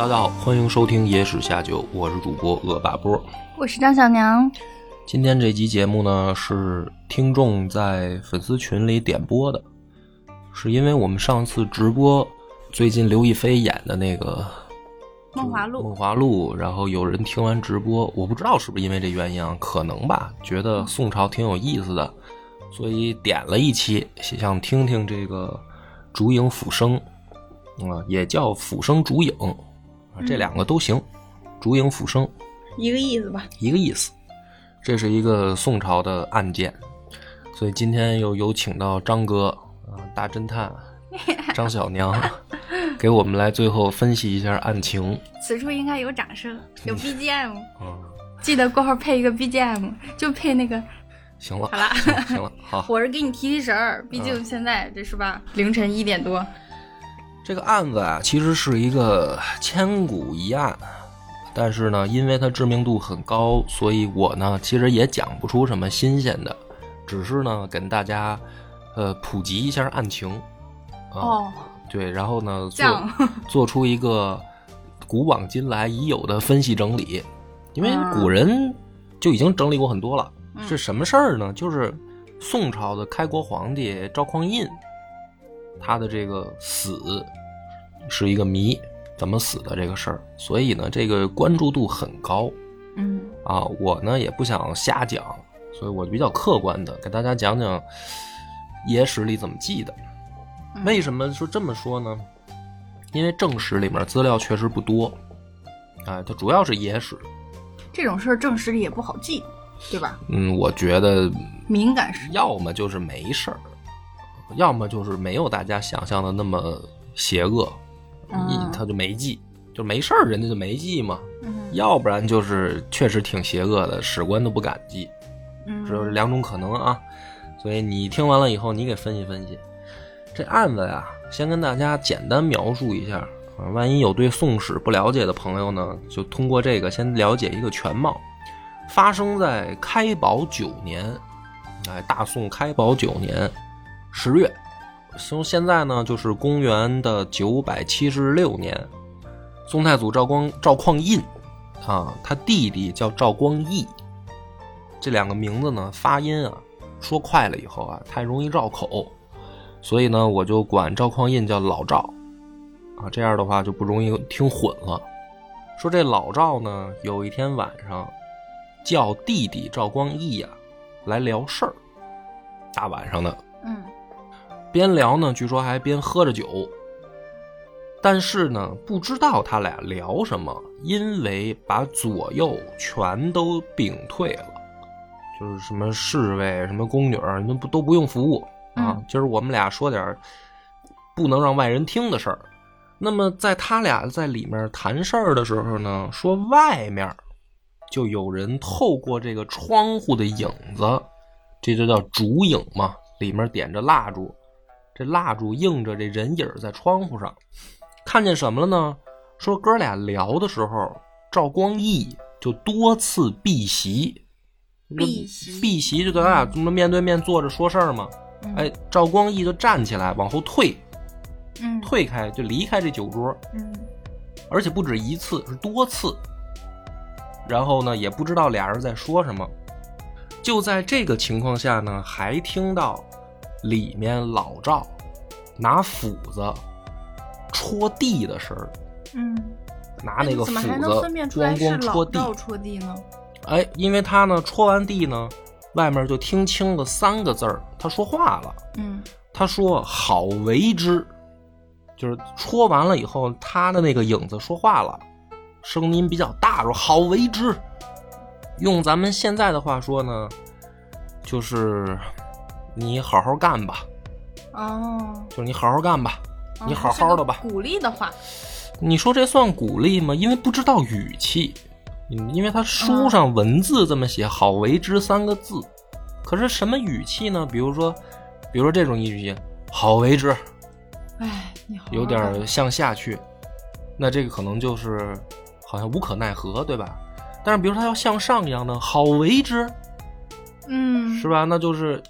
大家好，欢迎收听野史下酒，我是主播恶霸波， 我是张小娘。 今天这集节目呢是听众在粉丝群里点播的，是因为我们上次直播最近刘亦菲演的那个梦华录，然后有人听完直播，我不知道是不是因为这原因啊，可能吧，觉得宋朝挺有意思的，所以点了一期，想听听这个烛影斧声也叫斧声烛影这两个都行，烛影斧声一个意思吧， 一个意思。这是一个宋朝的案件，所以今天又有请到张哥大侦探张小娘给我们来最后分析一下案情。 此处应该有掌声，有 BGM 记得过后配一个 BGM， 就配那个。 行了， 好了， 行了，好。 我是给你提神儿，毕竟现在这是吧，凌晨1点多。 这个案子啊，其实是一个千古疑案，但是呢，因为它知名度很高，所以我呢其实也讲不出什么新鲜的，只是呢跟大家普及一下案情对，然后呢做出一个古往今来已有的分析整理，因为古人就已经整理过很多了。是什么事儿呢？就是宋朝的开国皇帝赵匡胤，他的这个死是一个谜，怎么死的这个事儿，所以呢这个关注度很高。我呢也不想瞎讲，所以我比较客观的给大家讲讲野史里怎么记的。为什么说这么说呢？因为正史里面资料确实不多它主要是野史， 这种事儿正史里也不好记，对吧？ 我觉得敏感事， 要么就是没事儿，要么就是没有大家想象的那么邪恶，他就没记，就没事儿，人家就没记嘛。要不然就是确实挺邪恶的，史官都不敢记，只有两种可能啊。所以你听完了以后，你给分析分析这案子呀。先跟大家简单描述一下万一有对宋史不了解的朋友呢，就通过这个先了解一个全貌。发生在开宝9年，大宋开宝9年10月，现在呢就是公元的976年。宋太祖赵匡胤他弟弟叫赵光义，这两个名字呢发音说快了以后太容易绕口，所以呢我就管赵匡胤叫老赵这样的话就不容易听混了。说这老赵呢有一天晚上叫弟弟赵光义来聊事儿，大晚上的边聊呢据说还边喝着酒，但是呢不知道他俩聊什么，因为把左右全都屏退了，就是什么侍卫什么宫女你们都不用服务就是我们俩说点不能让外人听的事儿。那么在他俩在里面谈事儿的时候呢，说外面就有人透过这个窗户的影子，这就叫烛影嘛，里面点着蜡烛，这蜡烛映着这人影在窗户上，看见什么了呢？说哥俩聊的时候，赵光义就多次避席，避席就咱俩这么面对面坐着说事儿嘛。赵光义就站起来往后退开，就离开这酒桌而且不止一次，是多次。然后呢也不知道俩人在说什么。就在这个情况下呢，还听到里面老赵拿斧子戳地的声儿拿那个斧子咣咣戳地呢？ 因为他呢戳完地呢，外面就听清了3个字儿，他说话了他说好为之，就是戳完了以后他的那个影子说话了，声音比较大，说好为之。用咱们现在的话说呢，就是你好好干吧就是你好好干吧你好好的吧， 鼓励的话。 你说这算鼓励吗？因为不知道语气，因为他书上文字这么写好为之3个字，可是什么语气呢？比如说这种语气，好为之你好好有点向下去，那这个可能就是好像无可奈何，对吧？但是比如他要向上一样的好为之是吧？那就是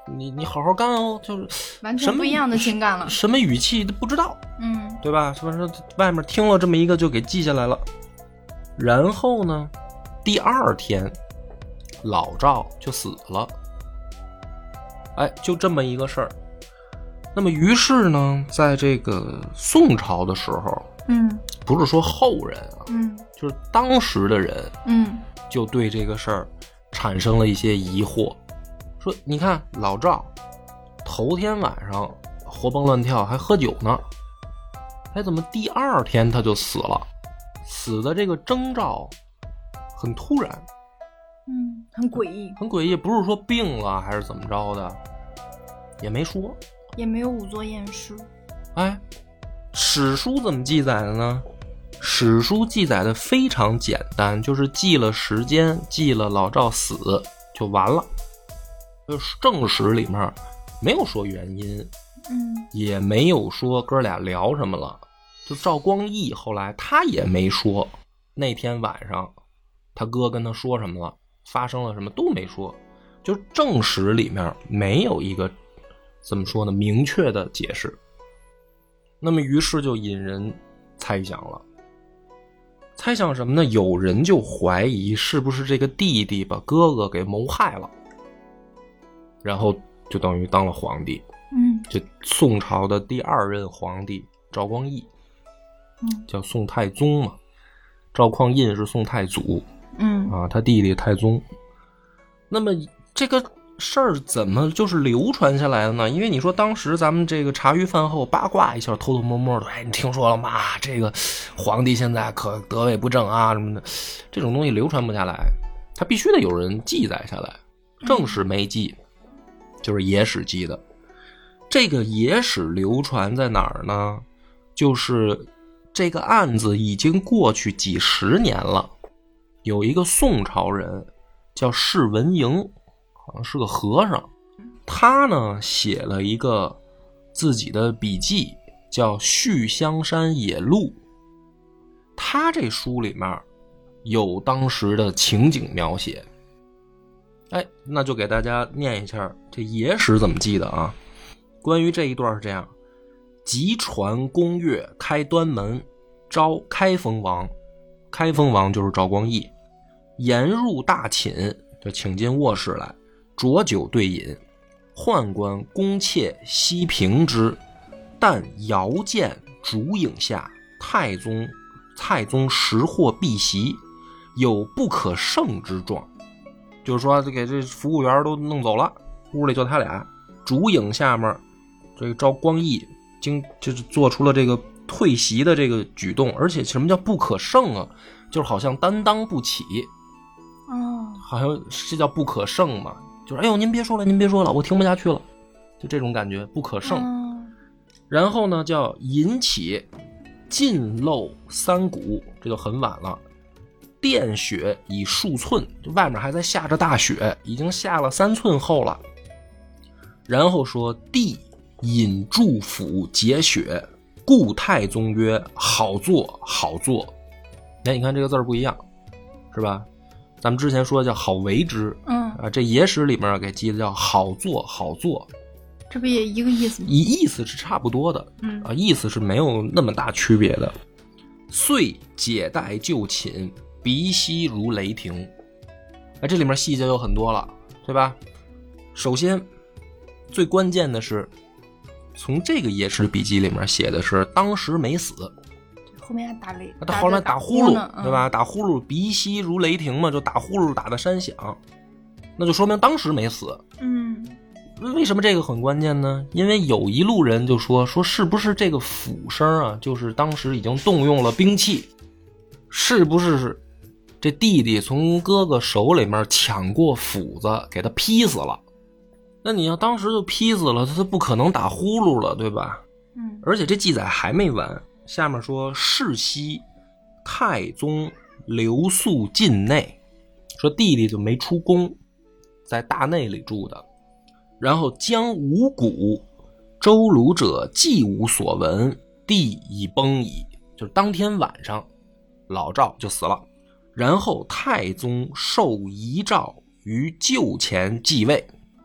你好好干哦，就是完全不一样的情感了， 什么语气都不知道，对吧？是不是外面听了这么一个就给记下来了？然后呢，第二天老赵就死了，哎，就这么一个事儿。那么于是呢，在这个宋朝的时候，不是说后人啊，就是当时的人，就对这个事儿产生了一些疑惑，说你看老赵头天晚上活蹦乱跳还喝酒呢，哎，怎么第二天他就死了？死的这个征兆很突然， 很诡异， 很诡异，不是说病了还是怎么着的，也没说， 也没有仵作验尸。 哎，史书怎么记载的呢？史书记载的非常简单，就是记了时间，记了老赵死就完了。就是正史里面没有说原因，也没有说哥俩聊什么了。就赵光义后来他也没说那天晚上他哥跟他说什么了，发生了什么都没说。就正史里面没有一个怎么说呢明确的解释。那么于是就引人猜想了。猜想什么呢？有人就怀疑是不是这个弟弟把哥哥给谋害了，然后就等于当了皇帝。就宋朝的第二任皇帝赵光义，叫宋太宗嘛。赵匡胤是宋太祖，他弟弟太宗。那么这个事儿怎么就是流传下来的呢？因为你说当时咱们这个茶余饭后八卦一下，偷偷摸摸的，哎，你听说了吗？这个皇帝现在可得位不正啊什么的，这种东西流传不下来，他必须得有人记载下来。正史没记，就是野史记的。这个野史流传在哪儿呢？就是这个案子已经过去几十年了，有一个宋朝人叫释文营，好像是个和尚，他呢写了一个自己的笔记，叫《续香山野录》。他这书里面有当时的情景描写，哎，那就给大家念一下这野史怎么记的啊。关于这一段是这样：即传宫乐开端门，召开封王，开封王就是赵光义，言入大寝，就请进卧室来，浊酒对饮，宦官宫妾悉平之，但遥见烛影下太宗时或避席，有不可胜之状。就是说给这服务员都弄走了，屋里就他俩，烛影下面这个赵光义就是做出了这个退席的这个举动，而且什么叫不可胜啊？就是好像担当不起，好像是叫不可胜嘛，就是哎呦您别说了，我听不下去了，就这种感觉，不可胜。然后呢叫引起尽漏3股，这就很晚了，垫雪以数寸，就外面还在下着大雪，已经下了3寸厚了。然后说帝引祝府结雪，故太宗曰好做好做。哎，你看这个字儿不一样，是吧？咱们之前说的叫好为之，这野史里面给记的叫好做好做， 这不也一个意思吗？ 意思是差不多的，意思是没有那么大区别的。遂解带就寝，鼻息如雷霆。这里面细节有很多了，对吧？首先最关键的是，从这个野史笔记里面写的是当时没死， 后面还打雷， 他后面打呼噜，对吧？打呼噜，鼻息如雷霆嘛，就打呼噜打的山响，那就说明当时没死。为什么这个很关键呢？因为有一路人就说是不是这个斧声啊，就是当时已经动用了兵器，是不是这弟弟从哥哥手里面抢过斧子给他劈死了？那你要当时就劈死了，他不可能打呼噜了，对吧？而且这记载还没完，下面说世袭太宗留宿境内，说弟弟就没出宫，在大内里住的。然后将五谷周鲁者既无所闻，地已崩矣，就是当天晚上老赵就死了。然后太宗受遗诏于就前继位，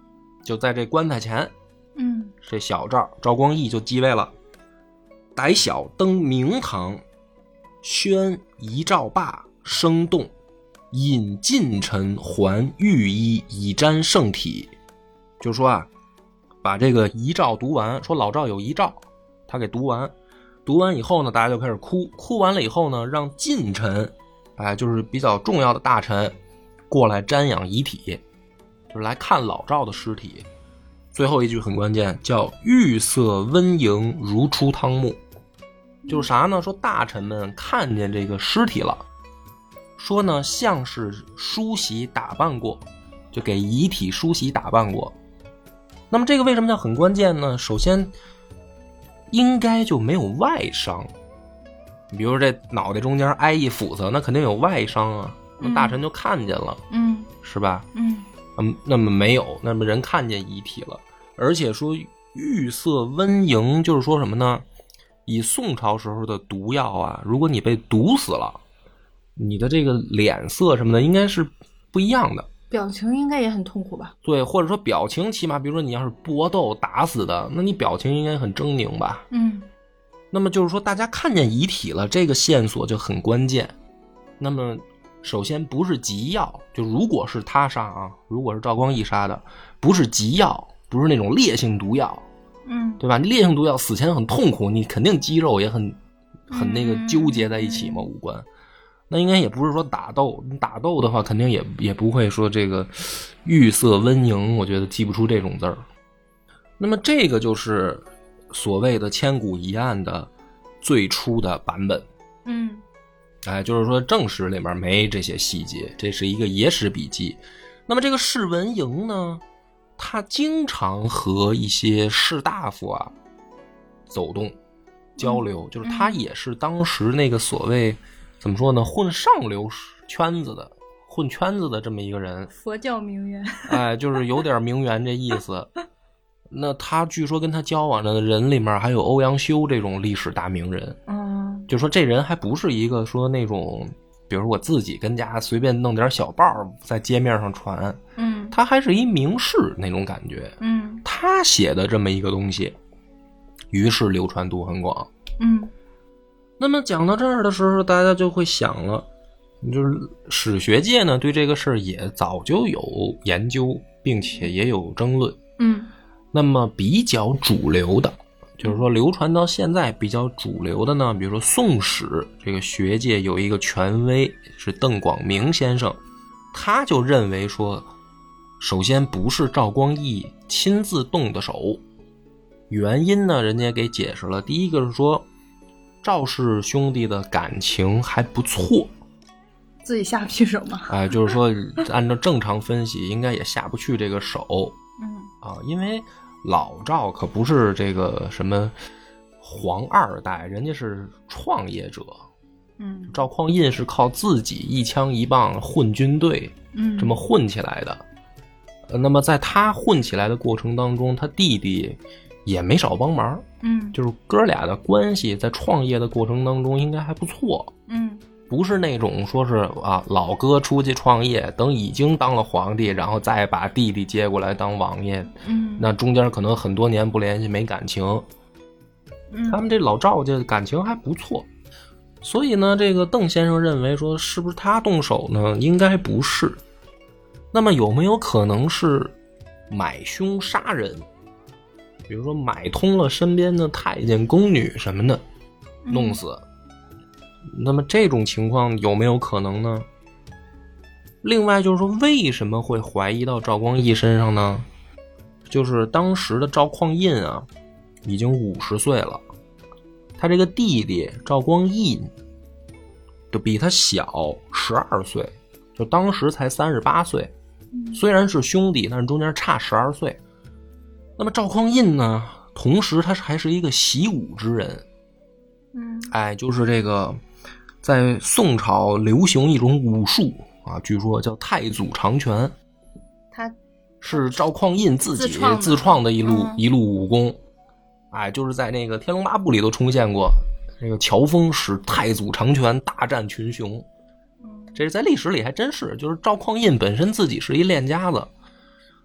就在这棺材前，这小赵光义就继位了。逮小登明堂，宣遗诏罢，生动，引近臣还御医以瞻圣体。就说啊，把这个遗诏读完，说老赵有遗诏，他给读完以后呢，大家就开始哭完了以后呢，让近臣，就是比较重要的大臣过来瞻仰遗体，就是来看老赵的尸体。最后一句很关键，叫玉色温莹如出汤沐。就是啥呢？说大臣们看见这个尸体了，说呢像是梳洗打扮过，就给遗体梳洗打扮过。那么这个为什么叫很关键呢？首先应该就没有外伤，比如说这脑袋中间挨一斧子，那肯定有外伤啊，那大臣就看见了，是吧？那么没有，那么人看见遗体了，而且说玉色温莹，就是说什么呢？以宋朝时候的毒药啊，如果你被毒死了，你的这个脸色什么的应该是不一样的， 表情应该也很痛苦吧？ 对，或者说表情起码比如说你要是搏斗打死的，那你表情应该很狰狞吧？那么就是说大家看见遗体了，这个线索就很关键。那么首先不是急药，就如果是他杀啊，如果是赵光义杀的，不是急药，不是那种烈性毒药，对吧？烈性毒药死前很痛苦，你肯定肌肉也很那个纠结在一起嘛，五官。那应该也不是说打斗，你打斗的话肯定也不会说这个玉色温莹，我觉得记不出这种字儿。那么这个就是所谓的千古疑案的最初的版本。就是说正史里面没这些细节，这是一个野史笔记。那么这个释文莹呢，他经常和一些士大夫啊走动交流，就是他也是当时那个所谓怎么说呢，混上流圈子的混圈子的这么一个人， 佛教名媛， 就是有点名媛这意思。那他据说跟他交往的人里面还有欧阳修这种历史大名人，就说这人还不是一个说那种比如我自己跟家随便弄点小报在街面上传，他还是一名士那种感觉，他写的这么一个东西，于是流传度很广，那么讲到这儿的时候，大家就会想了，就是史学界呢对这个事儿也早就有研究，并且也有争论，那么比较主流的，就是说流传到现在比较主流的呢，比如说宋史这个学界有一个权威是邓广明先生，他就认为说，首先不是赵光义亲自动的手，原因呢人家给解释了，第一个是说赵氏兄弟的感情还不错， 自己下不去手吗？ 就是说按照正常分析应该也下不去这个手，因为老赵可不是这个什么黄二代，人家是创业者，赵匡胤是靠自己一枪一棒混军队，这么混起来的。那么在他混起来的过程当中，他弟弟也没少帮忙，就是哥俩的关系在创业的过程当中应该还不错，不是那种说是老哥出去创业，等已经当了皇帝，然后再把弟弟接过来当王爷，那中间可能很多年不联系，没感情。他们这老赵家感情还不错，所以呢，这个邓先生认为说，是不是他动手呢？应该不是。那么有没有可能是买凶杀人？比如说买通了身边的太监宫女什么的，弄死。那么这种情况有没有可能呢？另外就是说，为什么会怀疑到赵光义身上呢？就是当时的赵匡胤啊，已经50岁了，他这个弟弟赵光义就比他小12岁，就当时才38岁，虽然是兄弟，但是中间差12岁。那么赵匡胤呢，同时他还是一个习武之人，就是这个在宋朝流行一种武术啊，据说叫太祖长拳， 他是赵匡胤自己自创的一路武功，就是在那个《天龙八部》里都重现过，这个乔峰使太祖长拳大战群雄，这是在历史里还真是，就是赵匡胤本身自己是一练家子。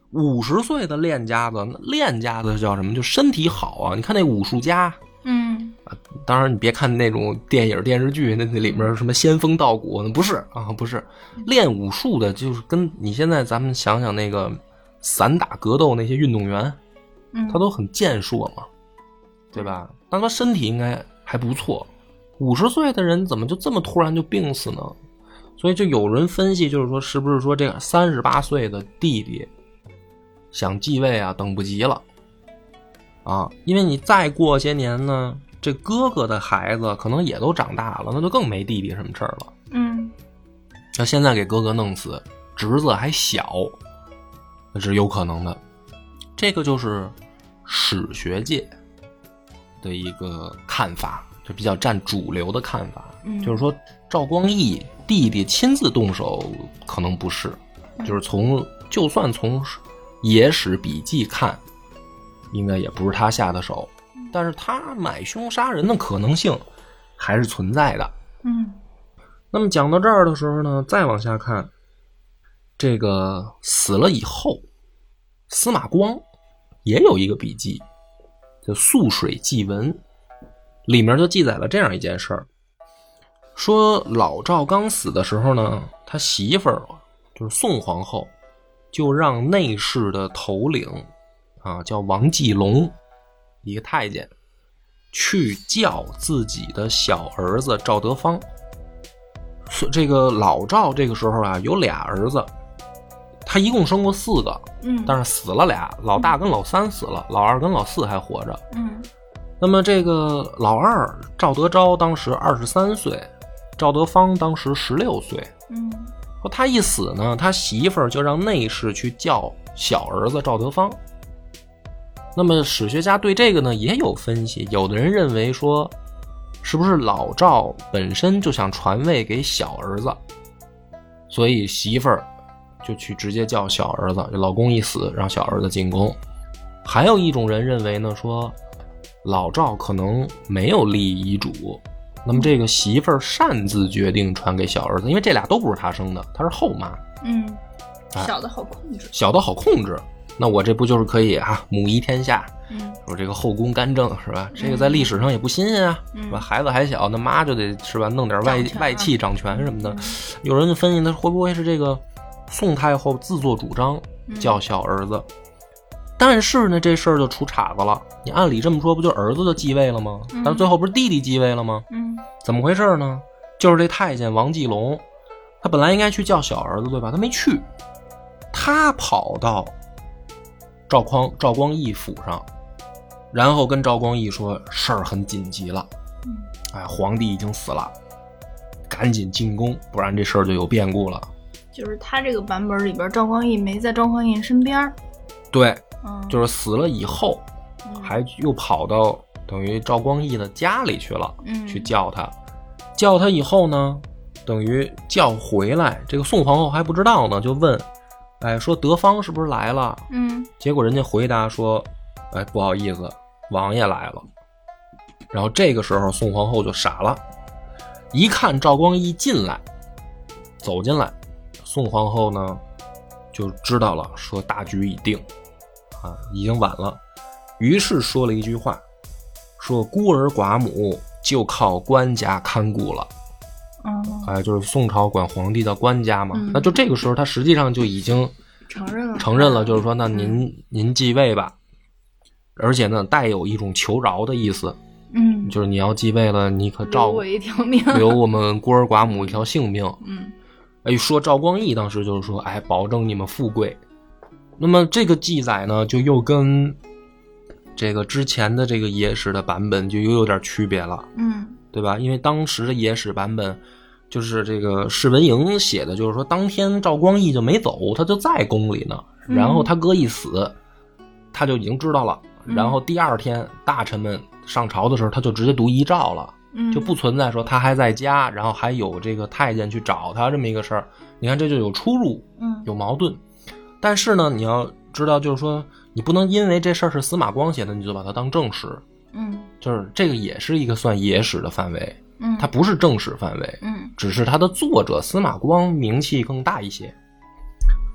50岁的练家子，练家子叫什么？就身体好啊！你看那武术家，当然你别看那种电影电视剧，那里面什么仙风道骨，不是啊，不是练武术的，就是跟你现在咱们想想那个散打格斗那些运动员，他都很健硕嘛，对吧？但他身体应该还不错。50岁的人怎么就这么突然就病死呢？所以就有人分析，就是说是不是说这个38岁的弟弟想继位啊，等不及了啊！因为你再过些年呢，这哥哥的孩子可能也都长大了，那就更没弟弟什么事儿了。那现在给哥哥弄死，侄子还小，那是有可能的。这个就是史学界的一个看法，就比较占主流的看法。就是说赵光义弟弟亲自动手可能不是，就是就算从野史笔记看，应该也不是他下的手，但是他买凶杀人的可能性还是存在的。那么讲到这儿的时候呢，再往下看，这个死了以后，司马光也有一个笔记叫《涑水记文》，里面就记载了这样一件事儿，说老赵刚死的时候呢，他媳妇儿就是宋皇后，就让内侍的头领啊，叫王继龙，一个太监，去叫自己的小儿子赵德芳。这个老赵这个时候啊，有俩儿子，他一共生过4个，但是死了俩，老大跟老三死了，老二跟老四还活着。那么这个老二赵德昭当时23岁，赵德芳当时16岁。说他一死呢，他媳妇儿就让内侍去叫小儿子赵德芳。那么史学家对这个呢也有分析，有的人认为说，是不是老赵本身就想传位给小儿子，所以媳妇儿就去直接叫小儿子，老公一死让小儿子进宫。还有一种人认为呢，说老赵可能没有立遗嘱，那么这个媳妇儿擅自决定传给小儿子，因为这俩都不是他生的，他是后妈。 小的好控制， 小的好控制。那我这不就是可以啊，母仪天下，说这个后宫干政是吧？这个在历史上也不新鲜啊，是吧？孩子还小，那妈就得是吧，弄点外戚掌权什么的。有人分析，那会不会是这个宋太后自作主张叫小儿子？但是呢，这事儿就出岔子了。你按理这么说，不就儿子就继位了吗？但是最后不是弟弟继位了吗？怎么回事呢？就是这太监王继龙，他本来应该去叫小儿子，对吧？他没去，他跑到赵光义府上，然后跟赵光义说事儿很紧急了，皇帝已经死了，赶紧进宫，不然这事儿就有变故了。 就是他这个版本里边，赵光义没在赵匡胤身边。 对，就是死了以后，还又跑到等于赵光义的家里去了，去叫他。叫他以后呢，等于叫回来，这个宋皇后还不知道呢，就问，说德芳是不是来了？结果人家回答说，不好意思，王爷来了。然后这个时候宋皇后就傻了，一看赵光义进来，走进来，宋皇后呢就知道了，说大局已定已经晚了。于是说了一句话，说孤儿寡母就靠官家看顾了。就是宋朝管皇帝叫官家嘛，那就这个时候他实际上就已经承认了，就是说那您继位吧，而且呢带有一种求饶的意思，就是你要继位了，你可照顾留我一条命， 留我们孤儿寡母一条性命。说赵光义当时就是说，保证你们富贵。那么这个记载呢，就又跟这个之前的这个野史的版本就又有点区别了，对吧？因为当时的野史版本就是这个释文营写的，就是说当天赵光义就没走，他就在宫里呢，然后他哥一死，他就已经知道了，然后第二天大臣们上朝的时候，他就直接读遗诏了，就不存在说他还在家，然后还有这个太监去找他这么一个事儿。你看这就有出入，有矛盾。但是呢，你要知道，就是说你不能因为这事儿是司马光写的，你就把它当正史。就是这个也是一个算野史的范围，它不是正史范围，只是它的作者司马光名气更大一些。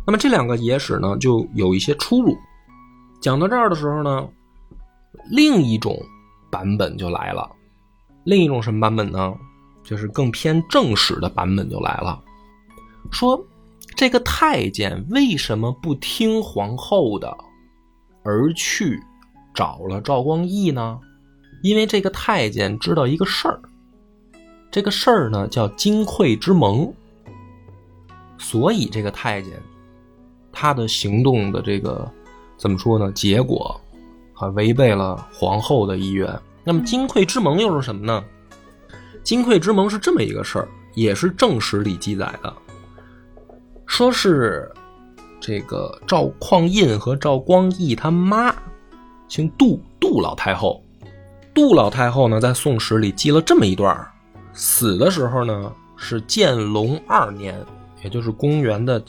那么这两个野史呢就有一些出入。讲到这儿的时候呢，另一种版本就来了。另一种什么版本呢？就是更偏正史的版本就来了，说这个太监为什么不听皇后的而去找了赵光义呢？因为这个太监知道一个事儿，这个事儿呢叫金匮之盟，所以这个太监他的行动的这个怎么说呢？结果违背了皇后的意愿。那么金匮之盟又是什么呢？金匮之盟是这么一个事儿，也是正史里记载的，说是这个赵匡胤和赵光义他妈姓杜，杜老太后。杜老太后呢，在宋史里记了这么一段，死的时候呢是建隆2年，也就是公元的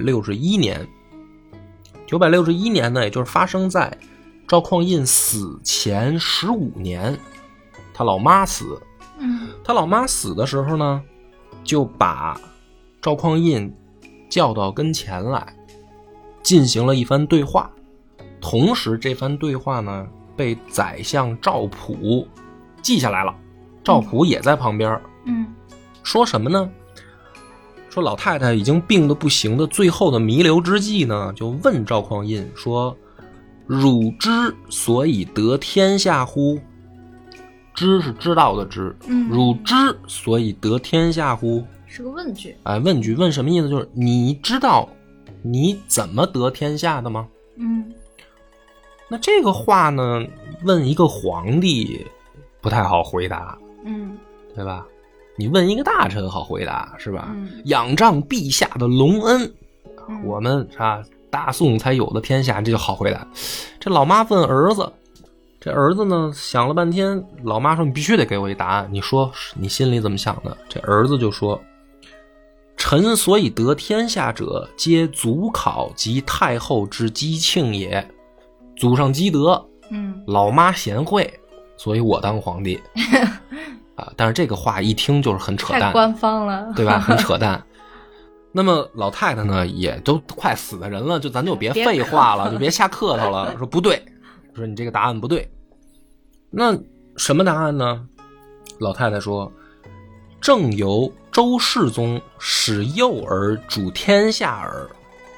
961年。961年呢，也就是发生在赵匡胤死前15年，他老妈死。他老妈死的时候呢，就把赵匡胤叫到跟前来，进行了一番对话。同时这番对话呢被宰相赵普记下来了，赵普也在旁边。说什么呢？说老太太已经病得不行的最后的弥留之际呢，就问赵匡胤说：汝之所以得天下乎？知是知道的知，汝之所以得天下乎？ 是个问句。 问句，问什么意思？就是你知道你怎么得天下的吗？那这个话呢，问一个皇帝不太好回答，对吧？你问一个大臣好回答，是吧？仰仗陛下的隆恩，我们大宋才有的天下，这就好回答。这老妈问儿子，这儿子呢想了半天，老妈说你必须得给我一答案，你说你心里怎么想的？这儿子就说：臣所以得天下者，皆祖考及太后之积庆也。祖上积德，老妈贤惠，所以我当皇帝。但是这个话一听就是很扯淡， 太官方了， 对吧？很扯淡。那么老太太呢，也都快死的人了，咱就别废话了，就别瞎客套了。说不对，说你这个答案不对。那什么答案呢？老太太说：正由周世宗使幼儿主天下耳。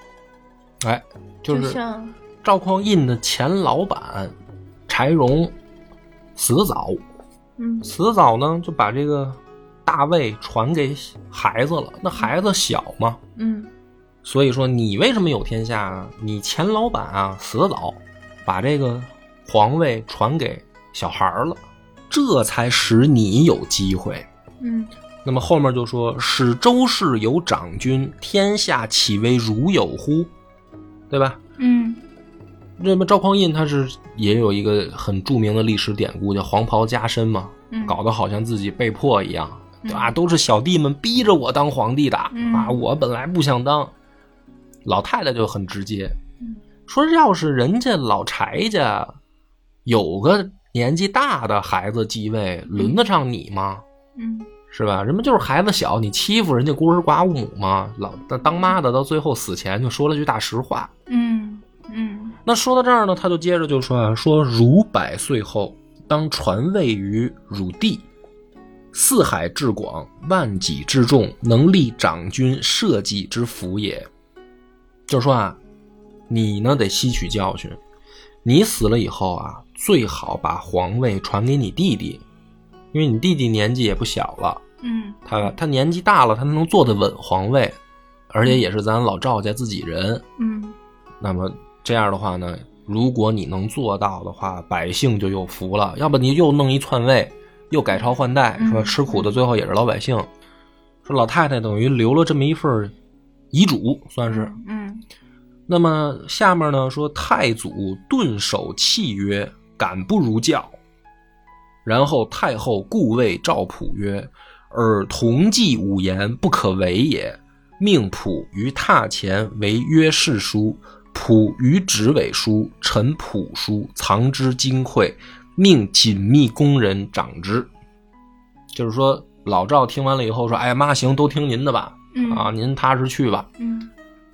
就是赵匡胤的前老板柴荣死得早，死得早呢，就把这个大位传给孩子了。那孩子小嘛，所以说你为什么有天下啊？你前老板死得早，把这个皇位传给小孩了，这才使你有机会。那么后面就说：使周氏有长君，天下岂为汝有乎？对吧？那么赵匡胤他是也有一个很著名的历史典故，叫黄袍加身嘛，搞得好像自己被迫一样，对吧？都是小弟们逼着我当皇帝的我本来不想当。老太太就很直接，说要是人家老柴家有个年纪大的孩子继位，轮得上你吗？是吧？人们就是孩子小，你欺负人家孤儿寡母嘛。当妈的到最后死前就说了句大实话。那说到这儿呢，他就接着就说说汝100岁后，当传位于汝弟，四海之广，万己之众，能立长君社稷之福也。就是说你呢得吸取教训，你死了以后最好把皇位传给你弟弟，因为你弟弟年纪也不小了，他年纪大了，他能坐得稳皇位，而且也是咱老赵家自己人，那么这样的话呢，如果你能做到的话，百姓就有福了。要不你又弄一篡位，又改朝换代，说吃苦的最后也是老百姓。说老太太等于留了这么一份遗嘱，算是。那么下面呢说太祖顿守契约，敢不如教。然后太后故谓赵普曰：尔同济5言，不可为也。命普于榻前为约誓书，普于执尾书，陈普书，藏之金匮，命紧密宫人掌之。就是说老赵听完了以后说：哎妈行，都听您的吧，您踏实去吧。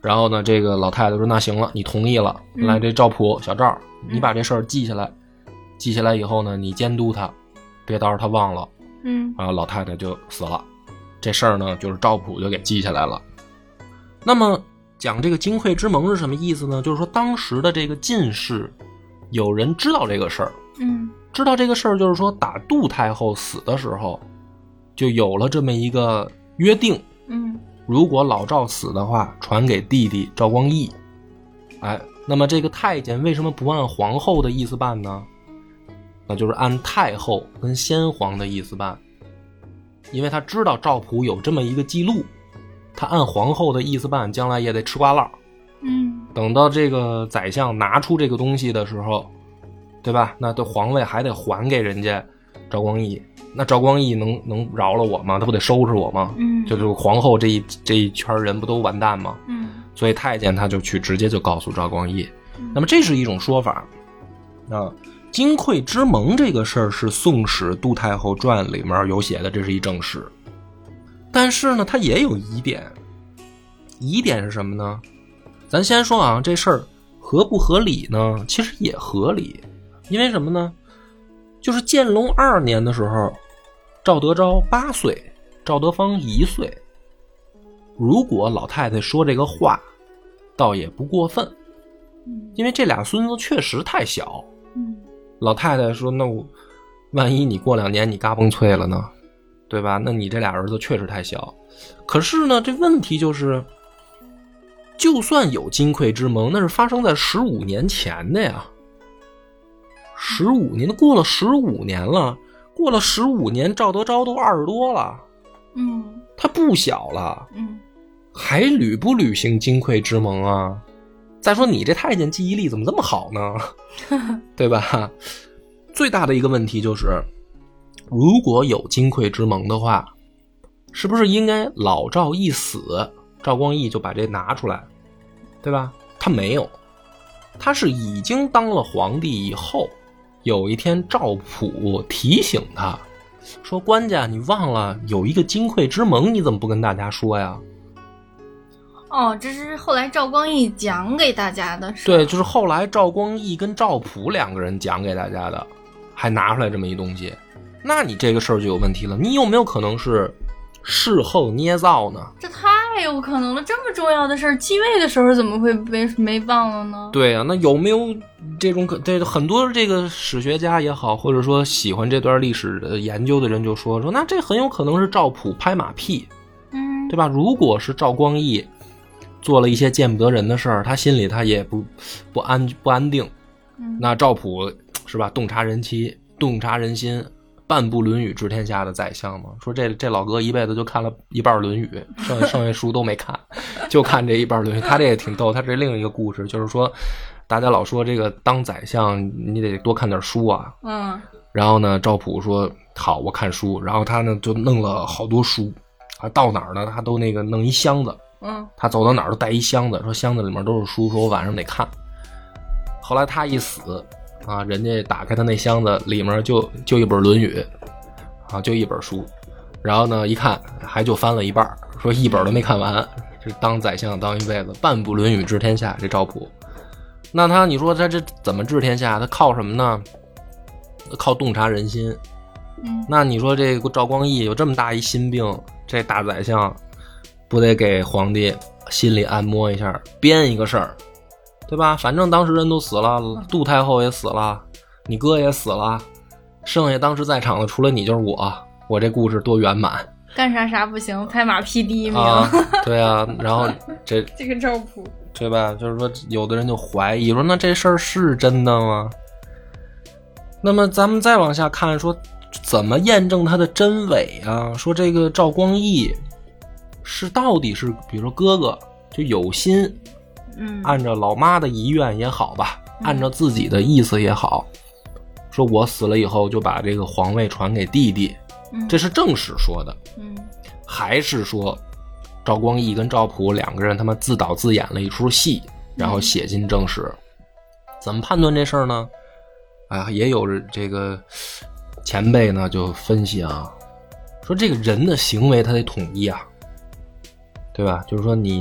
然后呢，这个老太太说那行了，你同意了，来这赵普小赵，你把这事儿记下来，记下来以后呢，你监督他，别到时候他忘了。然后老太太就死了。这事儿呢，就是赵普就给记下来了。那么讲这个金匮之盟是什么意思呢？就是说当时的这个进士有人知道这个事儿，知道这个事儿，就是说打杜太后死的时候就有了这么一个约定，如果老赵死的话，传给弟弟赵光义。那么这个太监为什么不按皇后的意思办呢？那就是按太后跟先皇的意思办，因为他知道赵普有这么一个记录，他按皇后的意思办，将来也得吃瓜烂。等到这个宰相拿出这个东西的时候，对吧？那这皇位还得还给人家赵光义，那赵光义能饶了我吗？他不得收拾我吗？就是皇后这一圈人不都完蛋吗？所以太监他就去直接就告诉赵光义。那么这是一种说法啊。金匮之盟这个事儿是《宋史·杜太后传》里面有写的，这是一正史。但是呢，它也有疑点。疑点是什么呢？咱先说啊，这事儿合不合理呢？其实也合理。因为什么呢？就是建隆2年的时候，赵德昭8岁，赵德芳1岁。如果老太太说这个话，倒也不过分，因为这俩孙子确实太小。老太太说：“那万一你过2年你嘎嘣脆了呢，对吧？那你这俩儿子确实太小。可是呢，这问题就是，就算有金匮之盟，那是发生在15年前的呀。15年，过了15年了，过了15年，赵德昭都20多了，他不小了，还履不履行金匮之盟啊？再说你这太监记忆力怎么这么好呢？对吧？最大的一个问题就是，如果有金匮之盟的话，是不是应该老赵一死，赵光义就把这拿出来，对吧？他没有，他是已经当了皇帝以后，有一天赵普提醒他说：“官家，你忘了有一个金匮之盟，你怎么不跟大家说呀？” 这是后来赵光义讲给大家的。 对，就是后来赵光义跟赵普2个人讲给大家的，还拿出来这么一东西。那你这个事儿就有问题了，你有没有可能是事后捏造呢？ 这太有可能了，这么重要的事儿，继位的时候怎么会没忘了呢？ 对啊，那有没有这种对很多这个史学家也好，或者说喜欢这段历史的研究的人就说那这很有可能是赵普拍马屁，对吧？如果是赵光义做了一些见不得人的事儿，他心里他也不安定。那赵普是吧，洞察人心，半部《论语》治天下的宰相嘛。说这老哥一辈子就看了一半《论语》，剩下书都没看，就看这一半《论语》。他这也挺逗，他这另一个故事就是说，大家老说这个当宰相你得多看点书啊。然后呢，赵普说好，我看书。然后他呢就弄了好多书，到哪儿呢他都弄一箱子。他走到哪儿都带一箱子，说箱子里面都是书，说我晚上得看。后来他一死啊，人家打开他那箱子，里面就一本《论语》啊，就一本书。然后呢，一看还就翻了一半，说一本都没看完。这当宰相当一辈子，半部《论语》治天下，这赵普。那你说他这怎么治天下？他靠什么呢？靠洞察人心。那你说这个赵光义有这么大一心病，这大宰相不得给皇帝心里按摩一下，编一个事儿，对吧？反正当时人都死了，杜太后也死了，你哥也死了，剩下当时在场的除了你就是我这故事多圆满。 干啥不行，拍马屁第一名。 对啊，然后这个赵普， 对吧？就是说有的人就怀疑说，那这事儿是真的吗？那么咱们再往下看，说怎么验证它的真伪啊？说这个赵光义到底是比如说哥哥就有心，按照老妈的遗愿也好吧，按照自己的意思也好，说我死了以后就把这个皇位传给弟弟，这是正史说的，还是说赵光义跟赵普2个人他们自导自演了一出戏，然后写进正史？怎么判断这事儿呢？也有这个前辈呢就分析啊，说这个人的行为他得统一啊，对吧？就是说你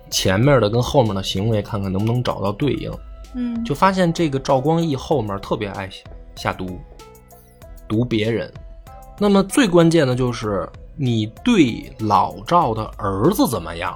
前面的跟后面的行为，看看能不能找到对应。就发现这个赵光义后面特别爱下毒，毒别人。那么最关键的就是你对老赵的儿子怎么样？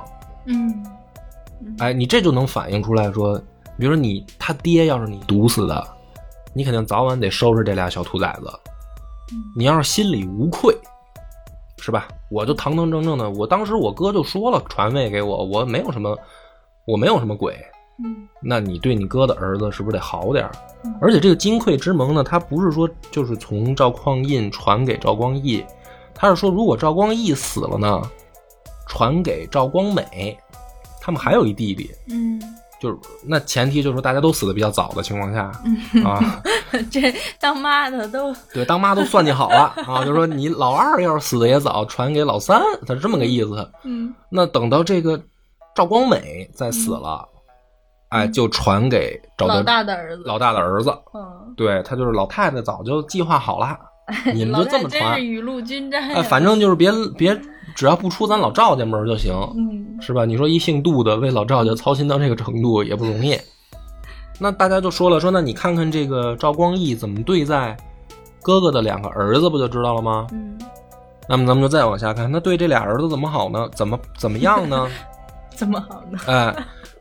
你这就能反映出来说，比如说他爹要是你毒死的，你肯定早晚得收拾这俩小兔崽子。你要是心里无愧，是吧？我就堂堂正正的，我当时我哥就说了，传位给我，我没有什么鬼。那你对你哥的儿子是不是得好点？而且这个金匮之盟呢，它不是说就是从赵匡胤传给赵光义，他是说如果赵光义死了呢，传给赵光美，他们还有一弟弟。就是那前提就是说大家都死的比较早的情况下啊， 这当妈的都对，当妈都算计好了啊，就是说你老二要是死的也早，传给老三，他是这么个意思。那等到这个赵光美再死了，就传给老大的儿子。 对，他就是老太太早就计划好了，你们就这么传。 真是雨露均沾。 反正就是别只要不出咱老赵家门就行，是吧？你说一姓杜的为老赵家操心到这个程度也不容易。那大家就说了，说那你看看这个赵光义怎么对待哥哥的2个儿子，不就知道了吗？那么咱们就再往下看，那对这俩儿子怎么好呢？怎么样呢？ 怎么好呢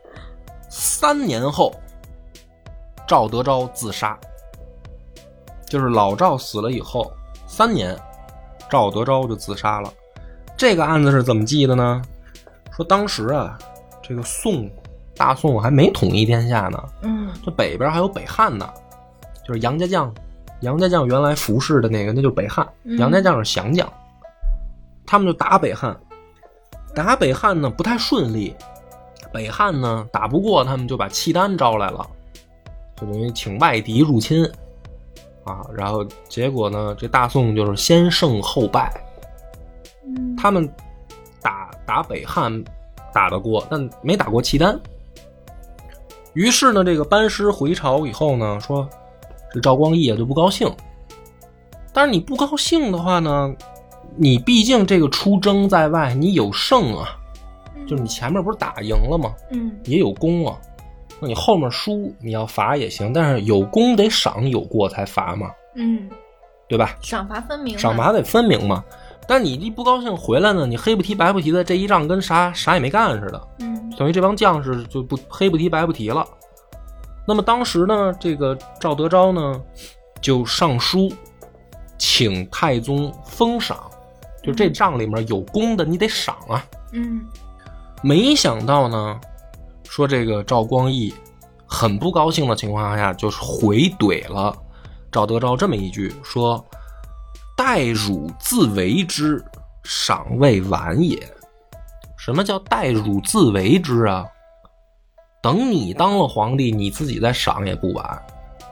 ？3年后，赵德昭自杀，就是老赵死了以后3年，赵德昭就自杀了。这个案子是怎么记的呢？说当时啊，这个大宋还没统一天下呢，这北边还有北汉呢，就是杨家将原来服侍的那就是北汉，杨家将是降将，他们就打北汉呢不太顺利，北汉呢打不过他们，就把契丹招来了，就等于请外敌入侵啊，然后结果呢，这大宋就是先胜后败。他们打北汉打得过，但没打过契丹。于是呢，这个班师回朝以后呢，说这赵光义就不高兴。但是你不高兴的话呢，你毕竟这个出征在外，你有胜啊，就是你前面不是打赢了吗？也有功啊。那你后面输，你要罚也行，但是有功得赏，有过才罚嘛。对吧？ 赏罚分明， 赏罚得分明嘛。但你一不高兴回来呢，你黑不提白不提的，这一仗跟啥也没干似的，等于这帮将士就不黑不提白不提了。那么当时呢，这个赵德昭呢就上书请太宗封赏，就这仗里面有功的你得赏啊。没想到呢，说这个赵光义很不高兴的情况下，就是回怼了赵德昭这么一句，说待汝自为之，赏未晚也。什么叫待汝自为之啊？等你当了皇帝，你自己再赏也不晚。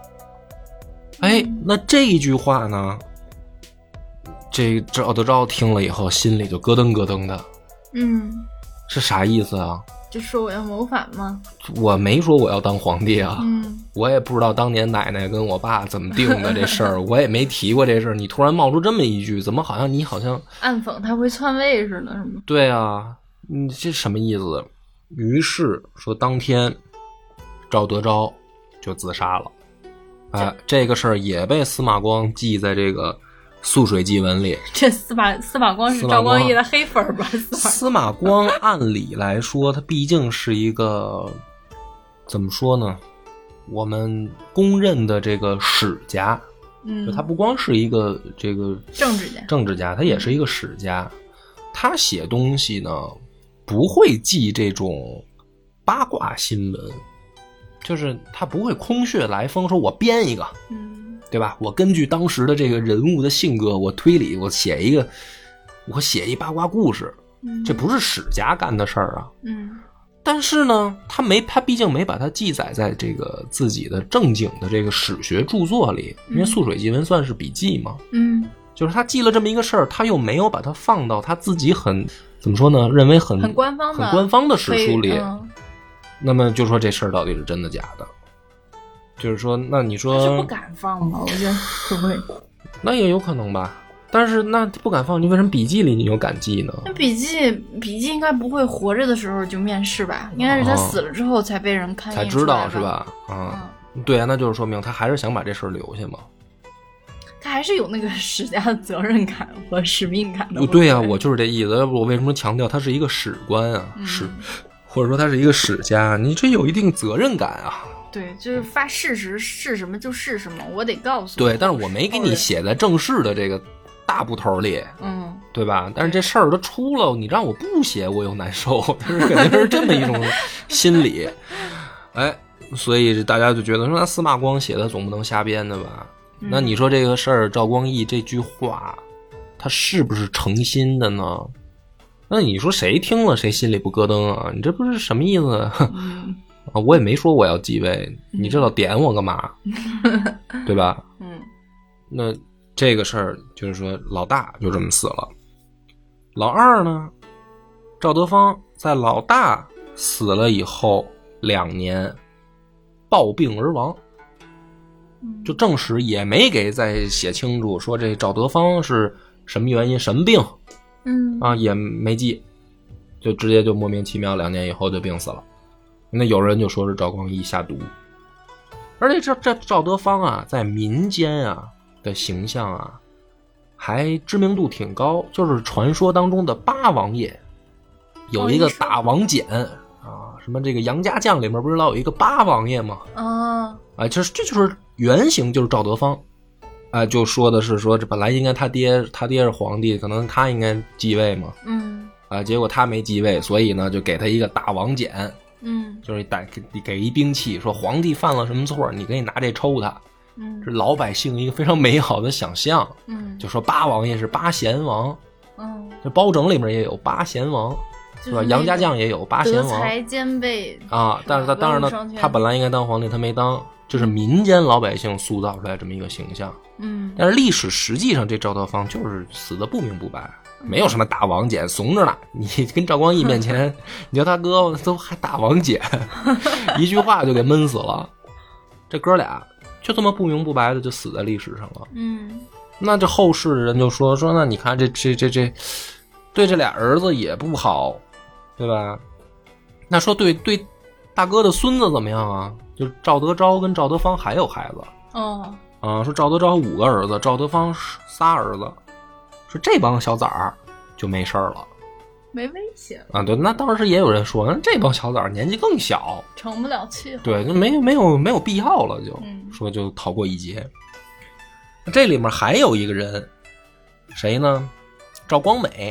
那这一句话呢，这赵德昭听了以后心里就咯噔咯噔的。是啥意思啊？ 就说我要谋反吗？ 我没说我要当皇帝啊。我也不知道当年奶奶跟我爸怎么定的这事儿，我也没提过这事儿。你突然冒出这么一句，怎么好像你好像暗讽他会篡位似的，是吗？ 对啊，这什么意思？于是说当天赵德昭就自杀了。这个事儿也被司马光记在这个素水记文里。 这司马光是赵光义的黑粉吧？ 司马光按理来说，他毕竟是一个怎么说呢？我们公认的这个史家，就他不光是一个这个政治家，他也是一个史家。他写东西呢，不会记这种八卦新闻，就是他不会空穴来风，说我编一个，对吧？我根据当时的这个人物的性格，我推理，我写一八卦故事，这不是史家干的事儿啊。但是呢，他毕竟没把它记载在这个自己的正经的这个史学著作里，因为素水记文算是笔记嘛。就是他记了这么一个事儿，他又没有把它放到他自己怎么说呢？认为很官方的史书里。那么就说这事儿到底是真的假的？就是说，那你说他是不敢放吧？我觉得会不会？ 那也有可能吧。 但是那不敢放，你为什么笔记里你又敢记呢？ 那笔记应该不会活着的时候就面试吧？应该是他死了之后才被人看才知道是吧？对啊，那就是说明他还是想把这事儿留下嘛。 他还是有那个史家的责任感和使命感的。 对啊，我就是这意思。要不我为什么强调他是一个史官啊？或者说他是一个史家，你这有一定责任感啊。 对，就是发事实是什么就是什么，我得告诉你。 对，但是我没给你写在正式的这个大部头里，对吧？但是这事儿都出了，你让我不写，我又难受，就是肯定是这么一种心理。哎，所以大家就觉得说，那司马光写的总不能瞎编的吧？那你说这个事儿，赵光义这句话，他是不是诚心的呢？那你说谁听了谁心里不咯噔啊？你这不是什么意思啊？我也没说我要继位，你这老点我干嘛？对吧？那这个事儿就是说，老大就这么死了。老二呢，赵德芳在老大死了以后2年暴病而亡。就正史也没给再写清楚说这赵德芳是什么原因什么病，也没记，就直接就莫名其妙2年以后就病死了。那有人就说是赵光义下毒，而且这赵德芳啊，在民间啊的形象啊，还知名度挺高，就是传说当中的八王爷，有一个大王锏什么这个杨家将里面不是老有一个八王爷吗？这就是原型，就是赵德芳，就说的是说这本来应该他爹是皇帝，可能他应该继位嘛，结果他没继位，所以呢就给他一个大王锏，就是给一兵器，说皇帝犯了什么错，你可以拿这抽他，是老百姓一个非常美好的想象，就说八王爷是八贤王，这包拯里面也有八贤王。是吧？杨家将也有八贤王，德才兼备但是他当然呢，他本来应该当皇帝，他没当，这是民间老百姓塑造出来这么一个形象。但是历史实际上这赵德芳就是死的不明不白，没有什么大王锏，怂着呢。你跟赵光义面前，你叫他哥都还大王锏，一句话就给闷死了。这哥俩就这么不明不白的就死在历史上了。那这后世人就说那你看这对这俩儿子也不好。对吧？那说对大哥的孙子怎么样啊？就赵德昭跟赵德芳还有孩子。说赵德昭5个儿子，赵德芳仨儿子，说这帮小崽儿就没事了， 没危险对，那当时也有人说，这帮小崽儿年纪更小， 成不了气候。 对，就没有必要了，就说就逃过一劫。这里面还有一个人，谁呢？赵光美。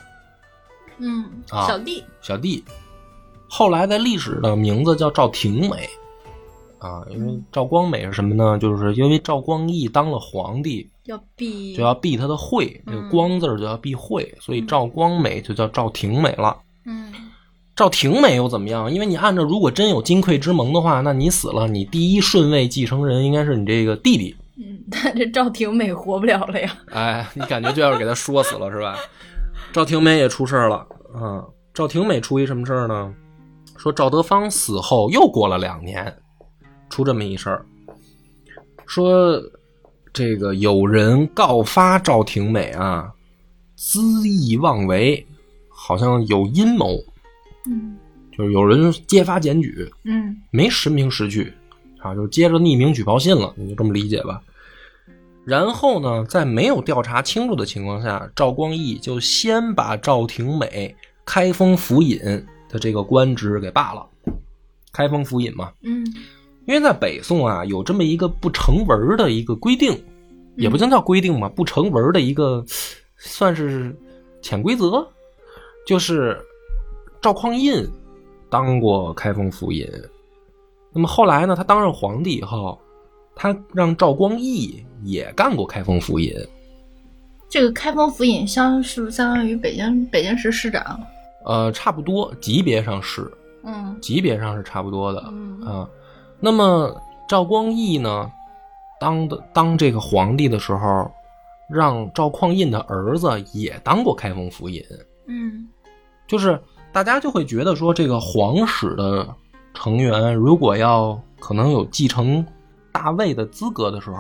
小弟，后来在历史的名字叫赵廷美，因为赵光美是什么呢？就是因为赵光义当了皇帝，就要避他的讳，这个光字就要避讳，所以赵光美就叫赵廷美了。赵廷美又怎么样？因为你按照如果真有金匮之盟的话，那你死了，你第一顺位继承人应该是你这个弟弟。 但这赵廷美活不了了呀。 你感觉就要是给他说死了是吧？赵廷美也出事了赵廷美出一什么事儿呢？说赵德芳死后又过了2年，出这么一事儿，说这个有人告发赵廷美恣意妄为，好像有阴谋，就是有人揭发检举，没实名实据就接着匿名举报信了，你就这么理解吧。然后呢，在没有调查清楚的情况下，赵光义就先把赵廷美开封府尹的这个官职给罢了。开封府尹嘛，因为在北宋有这么一个不成文的一个规定，也不叫规定嘛，不成文的一个算是潜规则，就是赵匡胤当过开封府尹，那么后来呢，他当上皇帝以后，他让赵光义也干过开封府尹。 这个开封府尹是不是相当于北京市市长？ 差不多，级别上是，级别上是差不多的，那么赵光义呢，当这个皇帝的时候，让赵匡胤的儿子也当过开封府尹，就是大家就会觉得说，这个皇室的成员如果要可能有继承大位的资格的时候，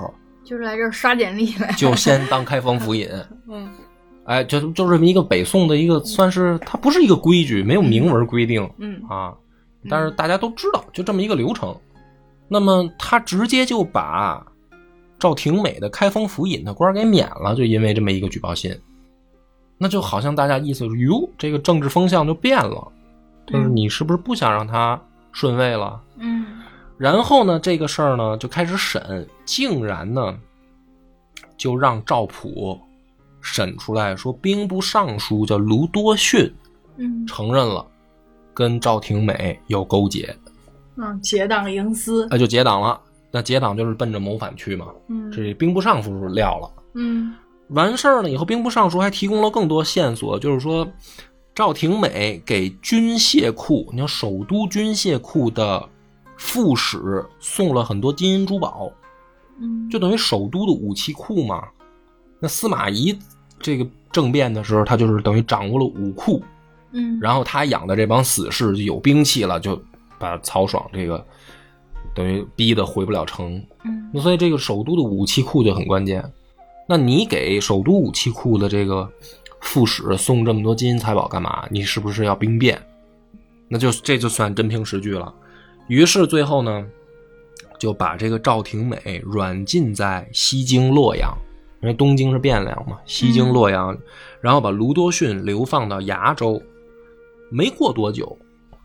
就是来这儿刷简历来， 就先当开封府尹。哎，就这么一个北宋的一个，算是它不是一个规矩，没有明文规定，但是大家都知道，就这么一个流程。那么他直接就把赵廷美的开封府尹的官给免了，就因为这么一个举报信。那就好像大家意思是，哟，这个政治风向就变了，就是你是不是不想让他顺位了？然后呢，这个事儿呢就开始审，竟然呢就让赵普审出来说，兵部尚书叫卢多逊，承认了跟赵廷美有勾结， 结党营私， 就结党了。那结党就是奔着谋反去嘛，这兵部尚书撂了，完事儿了以后，兵部尚书还提供了更多线索，就是说赵廷美给军械库，你看首都军械库的副使送了很多金银珠宝，就等于首都的武器库嘛。那司马懿这个政变的时候，他就是等于掌握了武库，然后他养的这帮死士就有兵器了，就把曹爽这个等于逼得回不了城，那所以这个首都的武器库就很关键。那你给首都武器库的这个副使送这么多金银财宝干嘛？你是不是要兵变？那就这就算真凭实据了。于是最后呢，就把这个赵廷美软禁在西京洛阳，因为东京是汴梁嘛，西京洛阳，然后把卢多逊流放到崖州。没过多久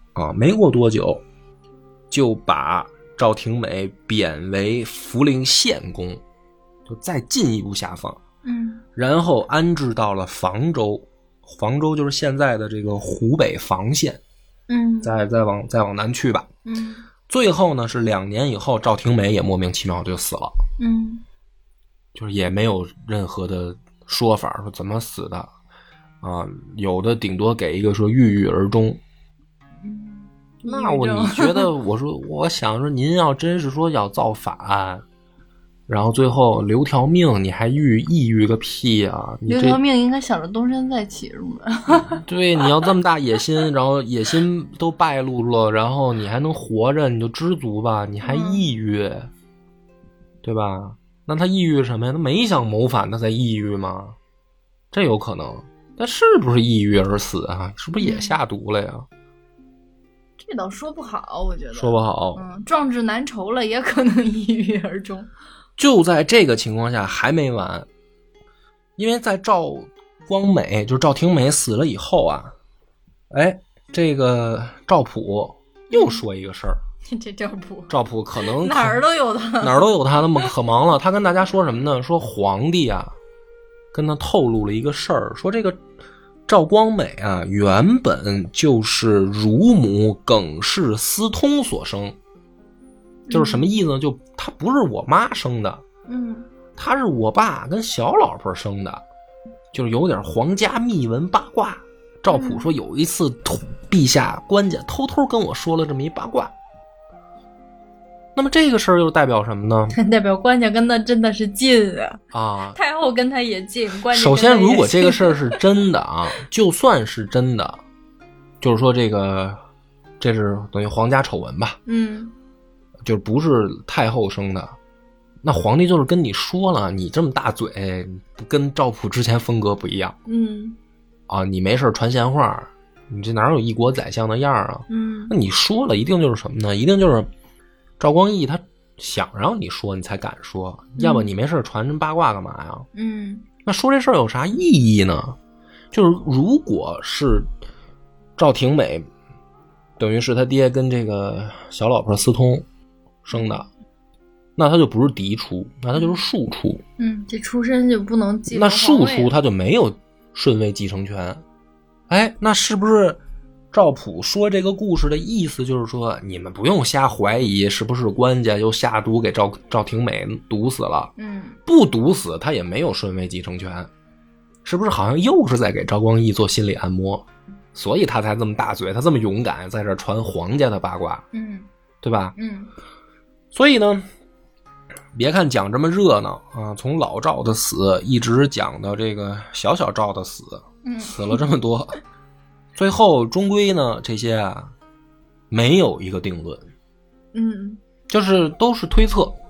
就把赵廷美贬为涪陵县公，就再进一步下放，然后安置到了房州，房州就是现在的这个湖北房县，再往南去吧，最后呢是2年以后，赵廷美也莫名其妙就死了，就是也没有任何的说法说怎么死的啊，有的顶多给一个说郁郁而终。那你觉得我想说您要真是说要造反，然后最后留条命，你还抑郁个屁啊！ 留条命应该想着东山再起是吗？ 对，你要这么大野心，然后野心都败露了，然后你还能活着，你就知足吧，你还抑郁，对吧？那他抑郁什么呀？他没想谋反，他才抑郁吗？这有可能。但是不是抑郁而死啊？是不是也下毒了呀？ 这倒说不好，我觉得说不好。 壮志难酬了，也可能抑郁而终。 就在这个情况下还没完，因为在赵光美就是赵廷美死了以后啊，这个赵普又说一个事儿。 这赵普可能哪儿都有他， 那么可忙了。他跟大家说什么呢？说皇帝啊跟他透露了一个事儿，说这个赵光美啊原本就是乳母耿氏私通所生。就是什么意思呢？就他不是我妈生的，他是我爸跟小老婆生的，就是有点皇家秘闻八卦。赵普说有一次陛下官家偷偷跟我说了这么一八卦。那么这个事儿又代表什么呢？ 代表官家跟他真的是近啊， 太后跟他也近。官家首先，如果这个事儿是真的啊，就算是真的，就是说这是等于皇家丑闻吧？就是不是太后生的，那皇帝就是跟你说了，你这么大嘴，跟赵普之前风格不一样。你没事传闲话，你这哪有一国宰相的样啊？那你说了，一定就是什么呢？一定就是赵光义他想让你说，你才敢说，要不你没事传八卦干嘛呀？那说这事儿有啥意义呢？就是如果是赵廷美，等于是他爹跟这个小老婆私通生的，那他就不是嫡出，那他就是庶出。 这出身就不能继承。 那庶出他就没有顺位继承权。那是不是赵普说这个故事的意思就是说，你们不用瞎怀疑是不是官家又下毒给赵廷美毒死了？不毒死他也没有顺位继承权，是不是好像又是在给赵光义做心理按摩？所以他才这么大嘴，他这么勇敢，在这传皇家的八卦，对吧？所以呢，别看讲这么热闹啊，从老赵的死一直讲到这个小赵的死，死了这么多，最后终归呢，这些啊没有一个定论，就是都是推测，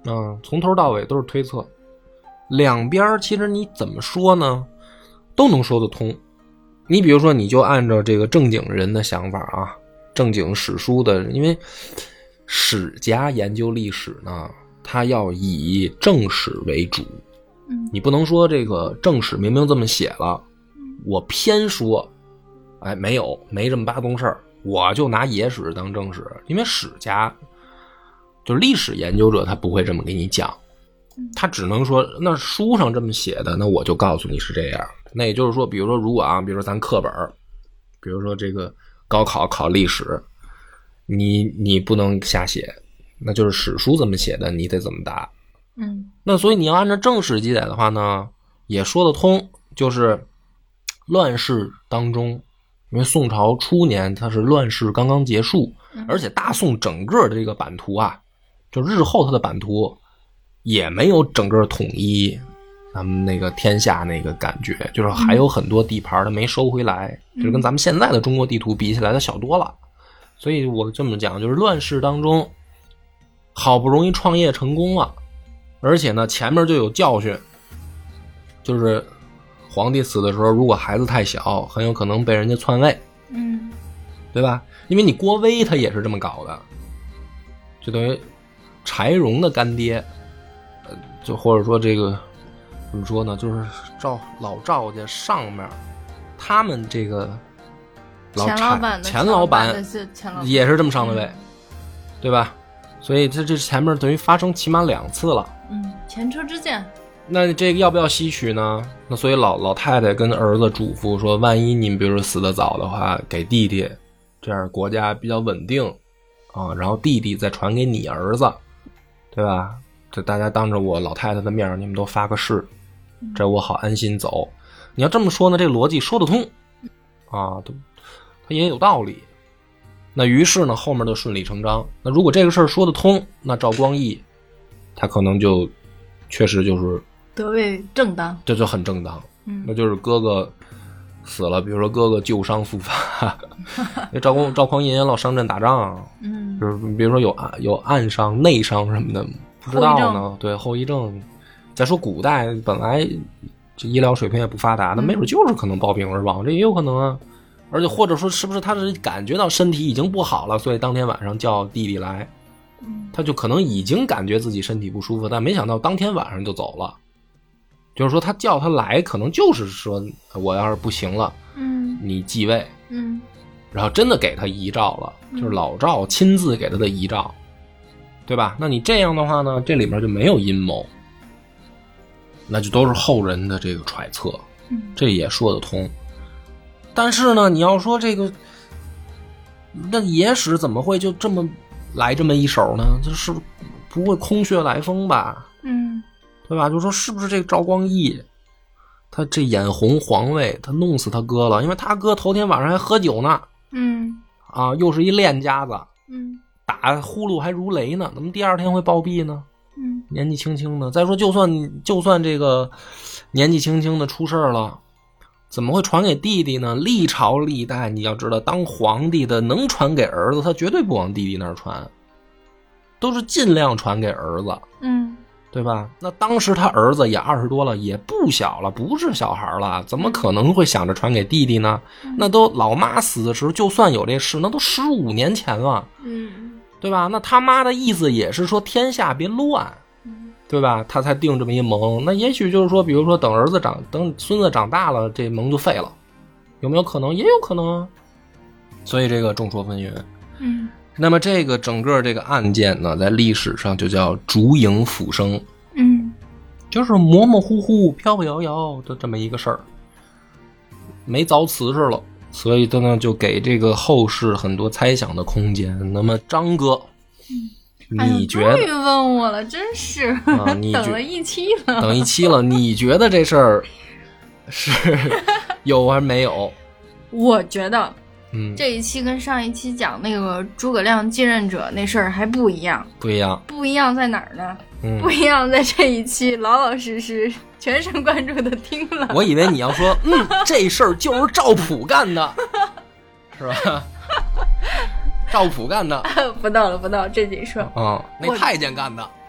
从头到尾都是推测，两边其实你怎么说呢，都能说得通。你比如说，你就按照这个正经人的想法啊，正经史书的，因为史家研究历史呢，他要以正史为主。你不能说这个正史明明这么写了，我偏说，没这么八宗事儿，我就拿野史当正史。因为史家就是历史研究者，他不会这么给你讲，他只能说那书上这么写的，那我就告诉你是这样。那也就是说，比如说如果比如说咱课本，比如说这个高考考历史，你不能瞎写，那就是史书这么写的，你得怎么答。那所以你要按照正史记载的话呢，也说得通。就是乱世当中，因为宋朝初年它是乱世刚刚结束，而且大宋整个的这个版图啊，就日后它的版图也没有整个统一咱们那个天下那个感觉，就是还有很多地盘它没收回来，就是跟咱们现在的中国地图比起来它小多了。所以我这么讲，就是乱世当中好不容易创业成功了，而且呢前面就有教训，就是皇帝死的时候，如果孩子太小，很有可能被人家篡位，对吧？因为你郭威他也是这么搞的，就等于柴荣的干爹，就或者说这个怎么说呢，就是老赵家上面他们这个前老板也是这么上的位，对吧？所以这前面等于发生起码2次了， 前车之鉴。 那这个要不要吸取呢？那所以老太太跟儿子嘱咐说，万一你比如说死得早的话，给弟弟，这样国家比较稳定啊，然后弟弟再传给你儿子，对吧？这大家当着我老太太的面，你们都发个誓，这我好安心走。你要这么说呢，这逻辑说得通啊，它也有道理。那于是呢，后面就顺理成章。那如果这个事儿说得通，那赵光义他可能就确实就是得位正当， 这就很正当。那就是哥哥死了，比如说哥哥旧伤复发，赵匡胤老上阵打仗，就是比如说有暗伤、内伤什么的，不知道呢。对，后遗症。再说古代本来这医疗水平也不发达，那没准就是可能暴病而亡，这也有可能啊。而且或者说是不是他是感觉到身体已经不好了，所以当天晚上叫弟弟来，他就可能已经感觉自己身体不舒服，但没想到当天晚上就走了。就是说他叫他来，可能就是说我要是不行了，你继位，然后真的给他遗诏了，就是老赵亲自给他的遗诏，对吧？那你这样的话呢，这里面就没有阴谋，那就都是后人的这个揣测，这也说得通。但是呢，你要说这个，那野史怎么会就这么来这么一手呢？就是不会空穴来风吧？对吧？就说是不是这个赵光义，他这眼红皇位，他弄死他哥了，因为他哥头天晚上还喝酒呢，又是一练家子，打呼噜还如雷呢，怎么第二天会暴毙呢？年纪轻轻的，再说就算这个年纪轻轻的出事了，怎么会传给弟弟呢？历朝历代你要知道，当皇帝的能传给儿子，他绝对不往弟弟那儿传，都是尽量传给儿子，对吧？那当时他儿子也20多了，也不小了，不是小孩了，怎么可能会想着传给弟弟呢？那都老妈死的时候，就算有这事，那都15年前了，对吧？那他妈的意思也是说天下别乱，对吧？他才定这么一盟。那也许就是说，比如说等孙子长大了，这盟就废了，有没有可能？也有可能啊。所以这个众说纷纭。那么这个整个这个案件呢，在历史上就叫烛影斧声，就是模模糊糊、飘飘摇摇的这么一个事儿，没凿瓷实了，所以呢就给这个后世很多猜想的空间。那么张哥，你觉得？终于问我了，真是你等了一期了， 你觉得这事儿是有还是没有？ 我觉得。这一期跟上一期讲那个诸葛亮继任者那事儿还不一样。不一样在哪儿呢？不一样在这一期老老实实全神贯注的听了。 我以为你要说这事儿就是赵普干的是吧？赵普干的。 不到了这得说那太监干的。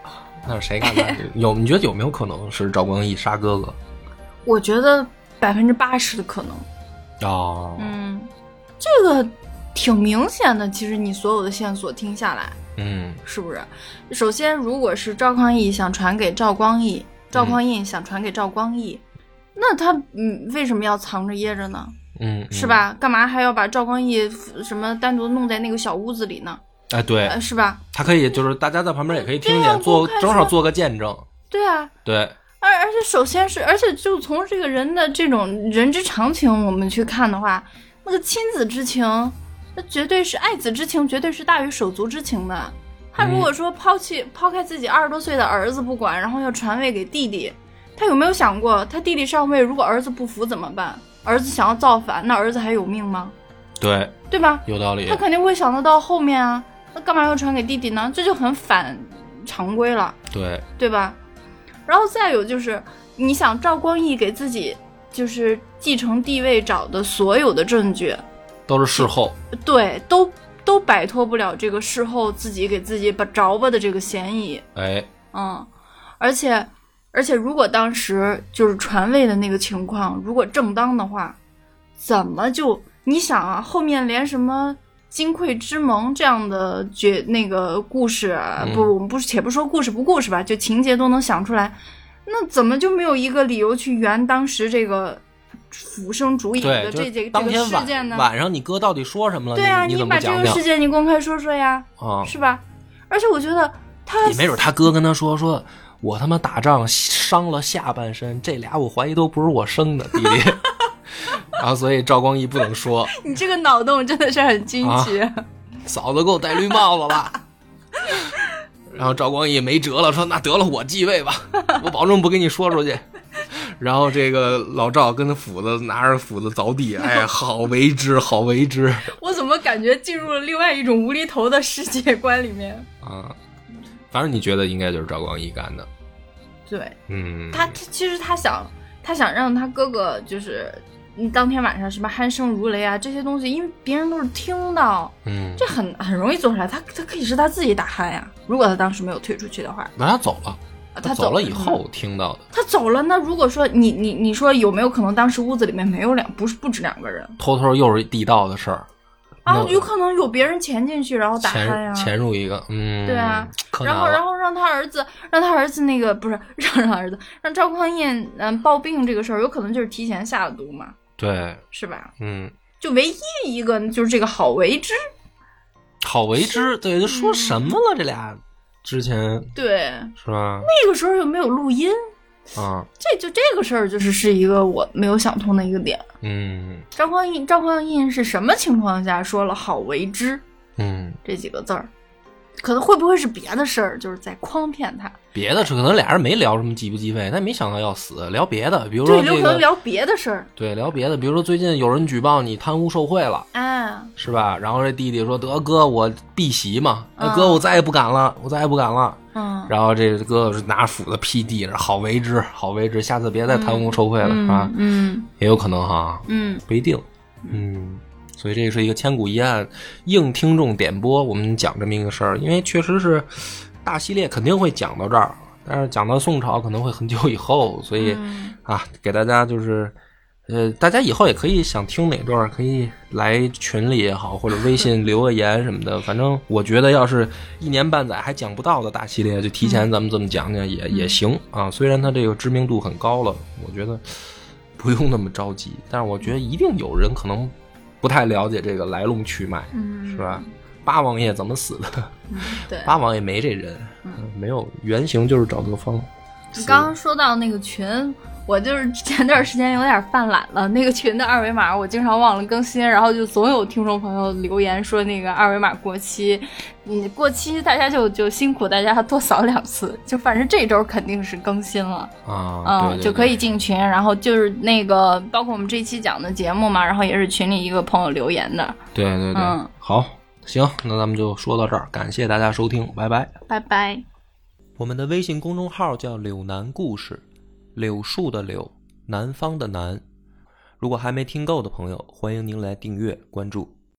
那是谁干的？你觉得有没有可能是赵光义杀哥哥？ 我觉得80%的可能。 哦， 这个挺明显的。其实你所有的线索听下来，是不是？首先，如果是赵匡胤想传给赵光义，赵匡胤想传给赵光义，那他为什么要藏着掖着呢？是吧？干嘛还要把赵光义什么单独弄在那个小屋子里呢？ 哎，对， 是吧？ 他可以，就是大家在旁边也可以听见，正好做个见证。 对啊， 对。 而且首先是，而且就从这个人的这种人之常情，我们去看的话，那个亲子之情，那绝对是爱子之情，绝对是大于手足之情的。他如果说抛开自己20多岁的儿子不管，然后要传位给弟弟，他有没有想过，他弟弟上位，如果儿子不服怎么办？儿子想要造反，那儿子还有命吗？ 对吧？ 有道理。 他肯定会想得到后面啊，那干嘛要传给弟弟呢？这就很反常规了，对吧？然后再有就是，你想赵光义给自己就是继承帝位找的所有的证据， 都是事后， 对，都摆脱不了这个事后自己给自己把着吧的这个嫌疑。而且如果当时就是传位的那个情况，如果正当的话，怎么就你想啊，后面连什么金匮之盟这样的那个故事啊，我们且不说故事不故事吧，就情节都能想出来，那怎么就没有一个理由去圆当时这个俯身主影的这个事件呢？ 晚上你哥到底说什么了？ 对啊， 你把这个事件你公开说说呀，是吧？而且我觉得也没准他哥跟他说我他妈打仗伤了下半身，这俩我怀疑都不是我生的弟弟。然后所以赵光义不能说。 你这个脑洞真的是很惊奇。 嫂子给我戴绿帽子了。然后赵光义没辙了，说那得了，我继位吧，我保证不给你说出去。然后这个老赵跟他斧子拿着斧子凿地，哎，好为之，好为之。 我怎么感觉进入了另外一种无厘头的世界观里面反正你觉得应该就是赵光义干的。 对，他其实他想让他哥哥就是当天晚上什么鼾声如雷啊这些东西，因为别人都是听到，这很容易做出来。他可以是他自己打鼾呀，如果他当时没有退出去的话。 那他走了，他走了以后听到的。 他走了，那如果说你说有没有可能当时屋子里面没有不止2个人， 偷偷又是地道的事儿有可能有别人潜进去然后打鼾呀， 潜入一个， 对啊，然后让他儿子那个不是让赵匡胤暴病这个事儿，有可能就是提前下了毒嘛， 对， 是吧？就唯一一个就是这个好为之， 对，就说什么了？这俩之前对是吧？ 那个时候又没有录音这个事儿是一个我没有想通的一个点。赵匡胤是什么情况下说了好为之这几个字儿？可能会不会是别的事儿，就是在诓骗他？ 别的是可能俩人没聊什么继不继位，但没想到要死，聊别的，比如说对，可能聊别的事儿。 对，聊别的，比如说最近有人举报你贪污受贿了，是吧？然后这弟弟说得哥我避席嘛，哥我再也不敢了，然后这哥是拿斧子劈地上，好为之，下次别再贪污受贿了，是吧？也有可能哈，不一定，所以这是一个千古疑案，应听众点播，我们讲这么一个事儿，因为确实是大系列肯定会讲到这儿，但是讲到宋朝可能会很久以后，所以给大家就是大家以后也可以想听哪段可以来群里也好，或者微信留个言什么的，反正我觉得要是1年半载还讲不到的大系列，就提前咱们这么讲讲也行啊。虽然它这个知名度很高了，我觉得不用那么着急，但是我觉得一定有人可能不太了解这个来龙去脉，是吧？八王爷怎么死的？ 对， 八王爷没这人，没有原型就是赵德芳。 你刚刚说到那个群，我就是前段时间有点犯懒了，那个群的二维码我经常忘了更新，然后就总有听众朋友留言说那个二维码过期，过期大家就辛苦大家多扫2次，就反正这周肯定是更新了对， 就可以进群，然后就是那个包括我们这期讲的节目嘛，然后也是群里一个朋友留言的， 对，好，行，那咱们就说到这儿，感谢大家收听，拜拜， 拜拜。 我们的微信公众号叫柳南故事，柳树的柳，南方的南。如果还没听够的朋友，欢迎您来订阅关注。